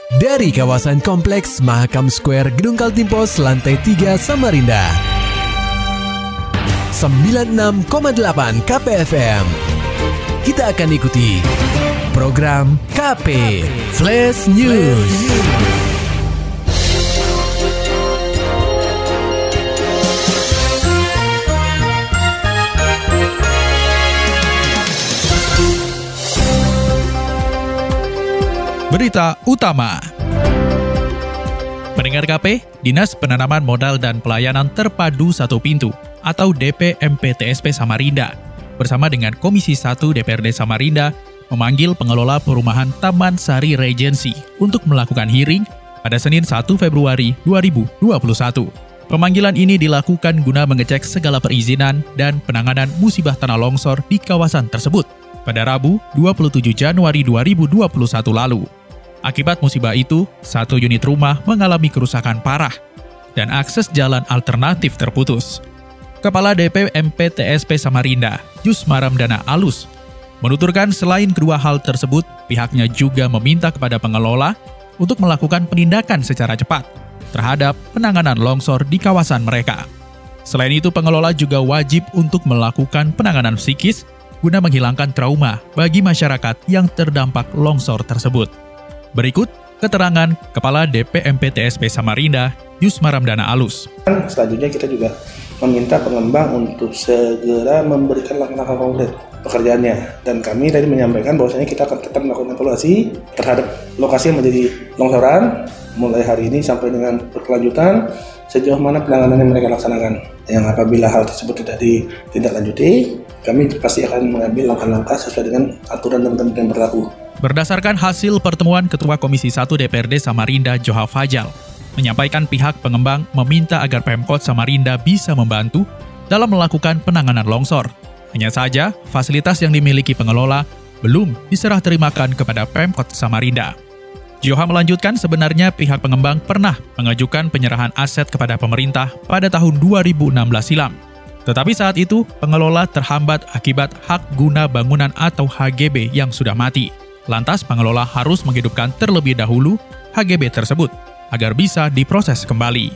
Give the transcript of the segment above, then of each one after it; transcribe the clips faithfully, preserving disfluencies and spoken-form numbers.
Dari kawasan Kompleks Mahakam Square Gedung Kaltim Pos lantai tiga Samarinda. sembilan puluh enam koma delapan K P F M. Kita akan ikuti program K P Flash News. Berita utama. Pendengar K P, Dinas Penanaman Modal dan Pelayanan Terpadu Satu Pintu atau D P M P T S P Samarinda bersama dengan Komisi satu D P R D Samarinda memanggil pengelola perumahan Taman Sari Regency untuk melakukan hearing pada Senin satu Februari dua ribu dua puluh satu. Pemanggilan ini dilakukan guna mengecek segala perizinan dan penanganan musibah tanah longsor di kawasan tersebut pada Rabu dua puluh tujuh Januari dua ribu dua puluh satu lalu. Akibat musibah itu, satu unit rumah mengalami kerusakan parah dan akses jalan alternatif terputus. Kepala D P M P T S P Samarinda, Jusmaramdana Alus, menuturkan selain kedua hal tersebut, pihaknya juga meminta kepada pengelola untuk melakukan penindakan secara cepat terhadap penanganan longsor di kawasan mereka. Selain itu, pengelola juga wajib untuk melakukan penanganan psikis guna menghilangkan trauma bagi masyarakat yang terdampak longsor tersebut. Berikut keterangan Kepala D P M P T S P Samarinda, Jusmaramdana Alus. Selanjutnya kita juga meminta pengembang untuk segera memberikan langkah-langkah konkret pekerjaannya. Dan kami tadi menyampaikan bahwasanya kita akan tetap melakukan evaluasi terhadap lokasi yang menjadi longsoran mulai hari ini sampai dengan berkelanjutan sejauh mana penanganan yang mereka laksanakan. Yang apabila hal tersebut tidak ditindaklanjuti, kami pasti akan mengambil langkah-langkah sesuai dengan aturan dan ketentuan yang berlaku. Berdasarkan hasil pertemuan Ketua Komisi satu D P R D Samarinda Joha Fajal, menyampaikan pihak pengembang meminta agar Pemkot Samarinda bisa membantu dalam melakukan penanganan longsor. Hanya saja, fasilitas yang dimiliki pengelola belum diserah terimakan kepada Pemkot Samarinda. Joha melanjutkan sebenarnya pihak pengembang pernah mengajukan penyerahan aset kepada pemerintah pada tahun dua ribu enam belas silam. Tetapi saat itu, pengelola terhambat akibat hak guna bangunan atau H G B yang sudah mati. Lantas pengelola harus menghidupkan terlebih dahulu H G B tersebut agar bisa diproses kembali.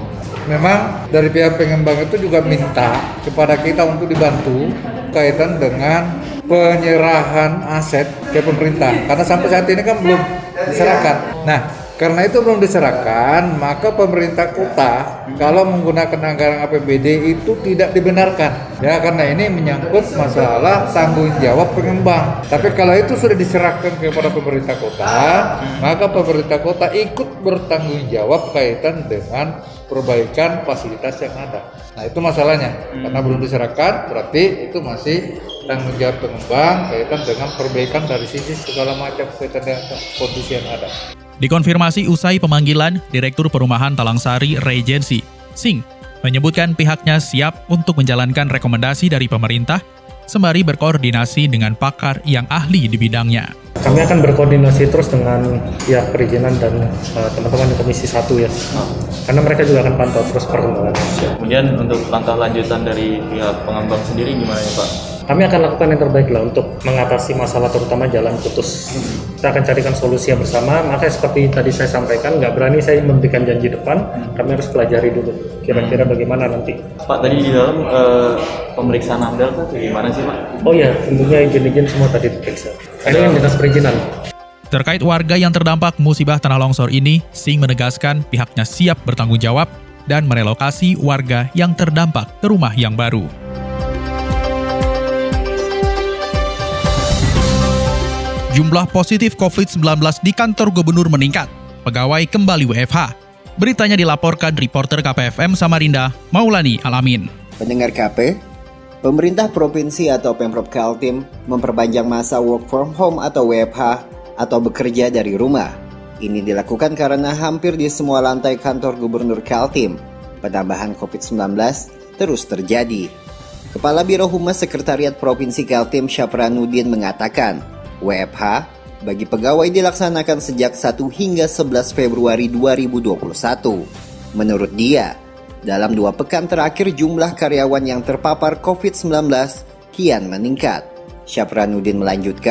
Memang dari pihak pengembang itu juga minta kepada kita untuk dibantu kaitan dengan penyerahan aset ke pemerintah. Karena sampai saat ini kan belum diserahkan. Nah, karena itu belum diserahkan, maka pemerintah kota kalau menggunakan anggaran A P B D itu tidak dibenarkan. Ya, karena ini menyangkut masalah tanggung jawab pengembang. Tapi kalau itu sudah diserahkan kepada pemerintah kota, maka pemerintah kota ikut bertanggung jawab kaitan dengan perbaikan fasilitas yang ada. Nah, itu masalahnya. Karena belum diserahkan, berarti itu masih tanggung jawab pengembang kaitan dengan perbaikan dari sisi segala macam kaitan dengan kondisi yang ada. Dikonfirmasi usai pemanggilan, Direktur Perumahan Talangsari Regency, Sing, menyebutkan pihaknya siap untuk menjalankan rekomendasi dari pemerintah sembari berkoordinasi dengan pakar yang ahli di bidangnya. Kami akan berkoordinasi terus dengan pihak perizinan dan uh, teman-teman di Komisi satu ya, karena mereka juga akan pantau terus perkembangan. Kemudian untuk langkah lanjutan dari pihak pengembang sendiri gimana ya Pak? Kami akan lakukan yang terbaik lah untuk mengatasi masalah terutama jalan putus. Kita akan carikan solusi yang bersama, makanya seperti tadi saya sampaikan, nggak berani saya memberikan janji depan, kami harus pelajari dulu kira-kira bagaimana nanti. Pak, tadi di dalam eh, pemeriksaan amdal itu gimana sih Pak? Oh ya, tentunya izin-izin semua tadi diperiksa. Ini yang dinas perizinan. Terkait warga yang terdampak musibah tanah longsor ini, Sing menegaskan pihaknya siap bertanggung jawab dan merelokasi warga yang terdampak ke rumah yang baru. Jumlah positif covid sembilan belas di kantor gubernur meningkat. Pegawai kembali W F H. Beritanya dilaporkan reporter K P F M Samarinda, Maulani Alamin. Pendengar K P, pemerintah provinsi atau Pemprov Kaltim memperpanjang masa work from home atau W F H atau bekerja dari rumah. Ini dilakukan karena hampir di semua lantai kantor gubernur Kaltim, penambahan covid sembilan belas terus terjadi. Kepala Biro Humas Sekretariat Provinsi Kaltim, Syafranuddin mengatakan, W F H bagi pegawai dilaksanakan sejak satu hingga sebelas Februari dua ribu dua puluh satu. Menurut dia, dalam dua pekan terakhir jumlah karyawan yang terpapar covid sembilan belas kian meningkat. Syafranuddin melanjutkan,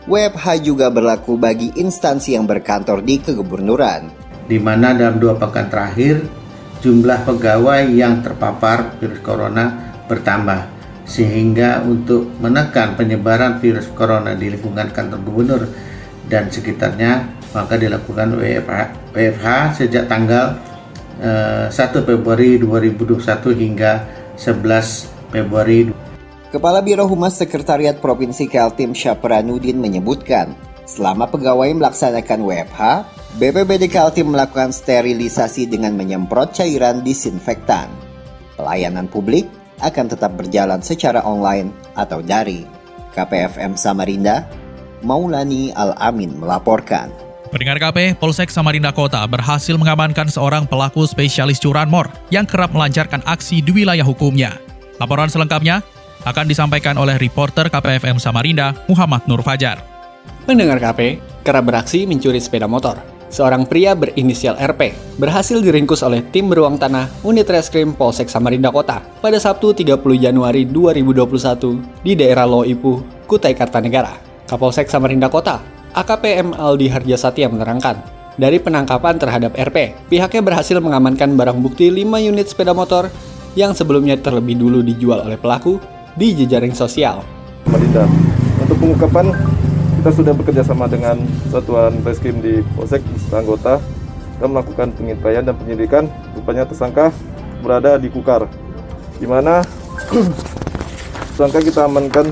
W F H juga berlaku bagi instansi yang berkantor di kegubernuran. Di mana dalam dua pekan terakhir, jumlah pegawai yang terpapar virus corona bertambah. Sehingga untuk menekan penyebaran virus corona di lingkungan kantor gubernur dan sekitarnya, maka dilakukan W F H, W F H sejak tanggal eh, satu Februari dua ribu dua puluh satu hingga sebelas Februari. Kepala Biro Humas Sekretariat Provinsi Kaltim Syafranuddin menyebutkan, selama pegawai melaksanakan W F H, B P B D Kaltim melakukan sterilisasi dengan menyemprot cairan disinfektan. Pelayanan publik akan tetap berjalan secara online atau daring. K P F M Samarinda, Maulani Al-Amin melaporkan. Pendengar K P, Polsek Samarinda Kota berhasil mengamankan seorang pelaku spesialis curanmor yang kerap melancarkan aksi di wilayah hukumnya. Laporan selengkapnya akan disampaikan oleh reporter K P F M Samarinda, Muhammad Nur Fajar. Pendengar K P, kerap beraksi mencuri sepeda motor. Seorang pria berinisial R P berhasil diringkus oleh tim beruang tanah Unit Reskrim Polsek Samarinda Kota pada Sabtu tiga puluh Januari dua ribu dua puluh satu di daerah Loipuh, Kutai Kartanegara. Kapolsek Samarinda Kota, A K P M Aldi Harjasatya menerangkan, dari penangkapan terhadap R P, pihaknya berhasil mengamankan barang bukti lima unit sepeda motor yang sebelumnya terlebih dulu dijual oleh pelaku di jejaring sosial. Samarinda. Untuk pengungkapan, kita sudah bekerja sama dengan Satuan Reskrim di Polsek anggota. Kita melakukan pengintaian dan penyidikan. Rupanya tersangka berada di Kukar, di mana tersangka kita amankan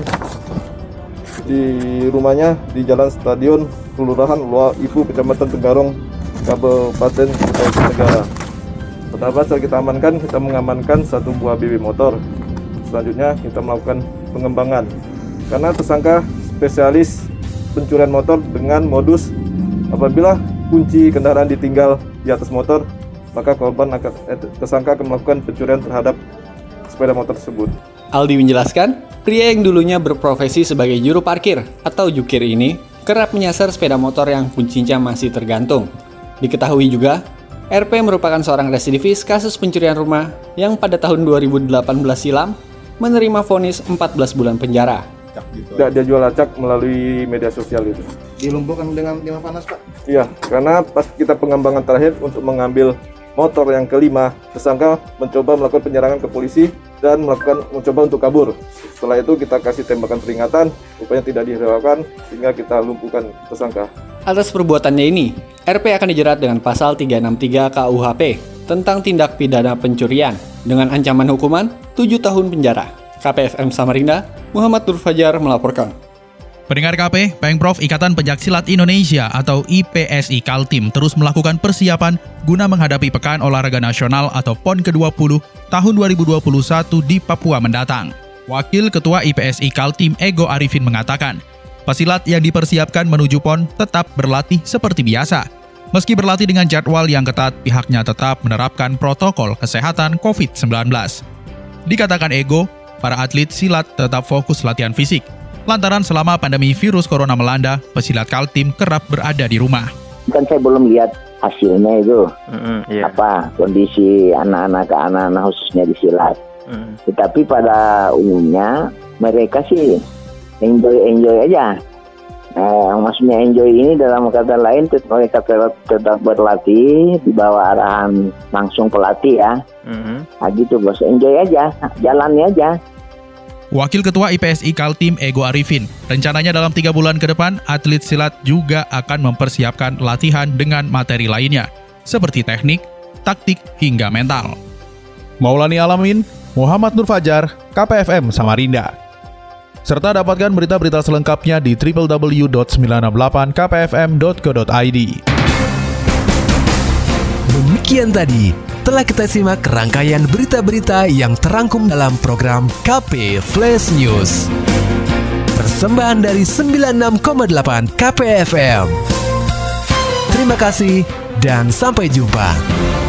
di rumahnya di Jalan Stadion Kelurahan Loipuh, Kecamatan Tenggarong, Kabupaten Kutai Kartanegara. Pertama setelah kita amankan, kita mengamankan satu buah B B motor. Selanjutnya kita melakukan pengembangan karena tersangka spesialis pencurian motor dengan modus apabila kunci kendaraan ditinggal di atas motor, maka korban akan eh, tersangka akan melakukan pencurian terhadap sepeda motor tersebut. Aldi menjelaskan, pria yang dulunya berprofesi sebagai juru parkir atau jukir ini kerap menyasar sepeda motor yang kuncinya masih tergantung. Diketahui juga, R P merupakan seorang residivis kasus pencurian rumah yang pada tahun dua ribu delapan belas silam menerima vonis empat belas bulan penjara. Tidak, dia jual acak melalui media sosial itu. Dilumpuhkan dengan timah panas, Pak? Iya, karena pas kita pengembangan terakhir untuk mengambil motor yang kelima, tersangka mencoba melakukan penyerangan ke polisi dan melakukan mencoba untuk kabur. Setelah itu kita kasih tembakan peringatan, rupanya tidak dihiraukan sehingga kita lumpuhkan tersangka. Atas perbuatannya ini, R P akan dijerat dengan pasal tiga enam tiga K U H P tentang tindak pidana pencurian dengan ancaman hukuman tujuh tahun penjara. K P F M Samarinda, Muhammad Nur Fajar melaporkan. Pendengar K P, Pengprov Ikatan Pencaksilat Indonesia atau I P S I Kaltim terus melakukan persiapan guna menghadapi Pekan Olahraga Nasional atau P O N ke dua puluh tahun dua ribu dua puluh satu di Papua mendatang. Wakil Ketua I P S I Kaltim Ego Arifin mengatakan, pesilat yang dipersiapkan menuju P O N tetap berlatih seperti biasa. Meski berlatih dengan jadwal yang ketat, pihaknya tetap menerapkan protokol kesehatan covid sembilan belas. Dikatakan Ego, para atlet silat tetap fokus latihan fisik. Lantaran selama pandemi virus corona melanda, pesilat Kaltim kerap berada di rumah. Kan saya belum lihat hasilnya itu, mm-hmm, yeah. apa kondisi anak-anak ke anak-anak khususnya di silat. Mm. Tetapi pada umumnya mereka sih enjoy-enjoy aja. Nah, maksudnya enjoy ini dalam kata lain mereka tetap, tetap berlatih di bawah arahan langsung pelatih ya. Mm-hmm. Nah gitu bos, enjoy aja, jalannya aja. Wakil Ketua I P S I Kaltim Ego Arifin, rencananya dalam tiga bulan ke depan, atlet silat juga akan mempersiapkan latihan dengan materi lainnya, seperti teknik, taktik, hingga mental. Maulani Alamin, Muhammad Nur Fajar, K P F M Samarinda. Serta dapatkan berita-berita selengkapnya di w w w dot sembilan enam delapan k p f m dot co dot i d. Demikian tadi telah kita simak rangkaian berita-berita yang terangkum dalam program K P Flash News. Persembahan dari sembilan puluh enam koma delapan K P F M. Terima kasih dan sampai jumpa.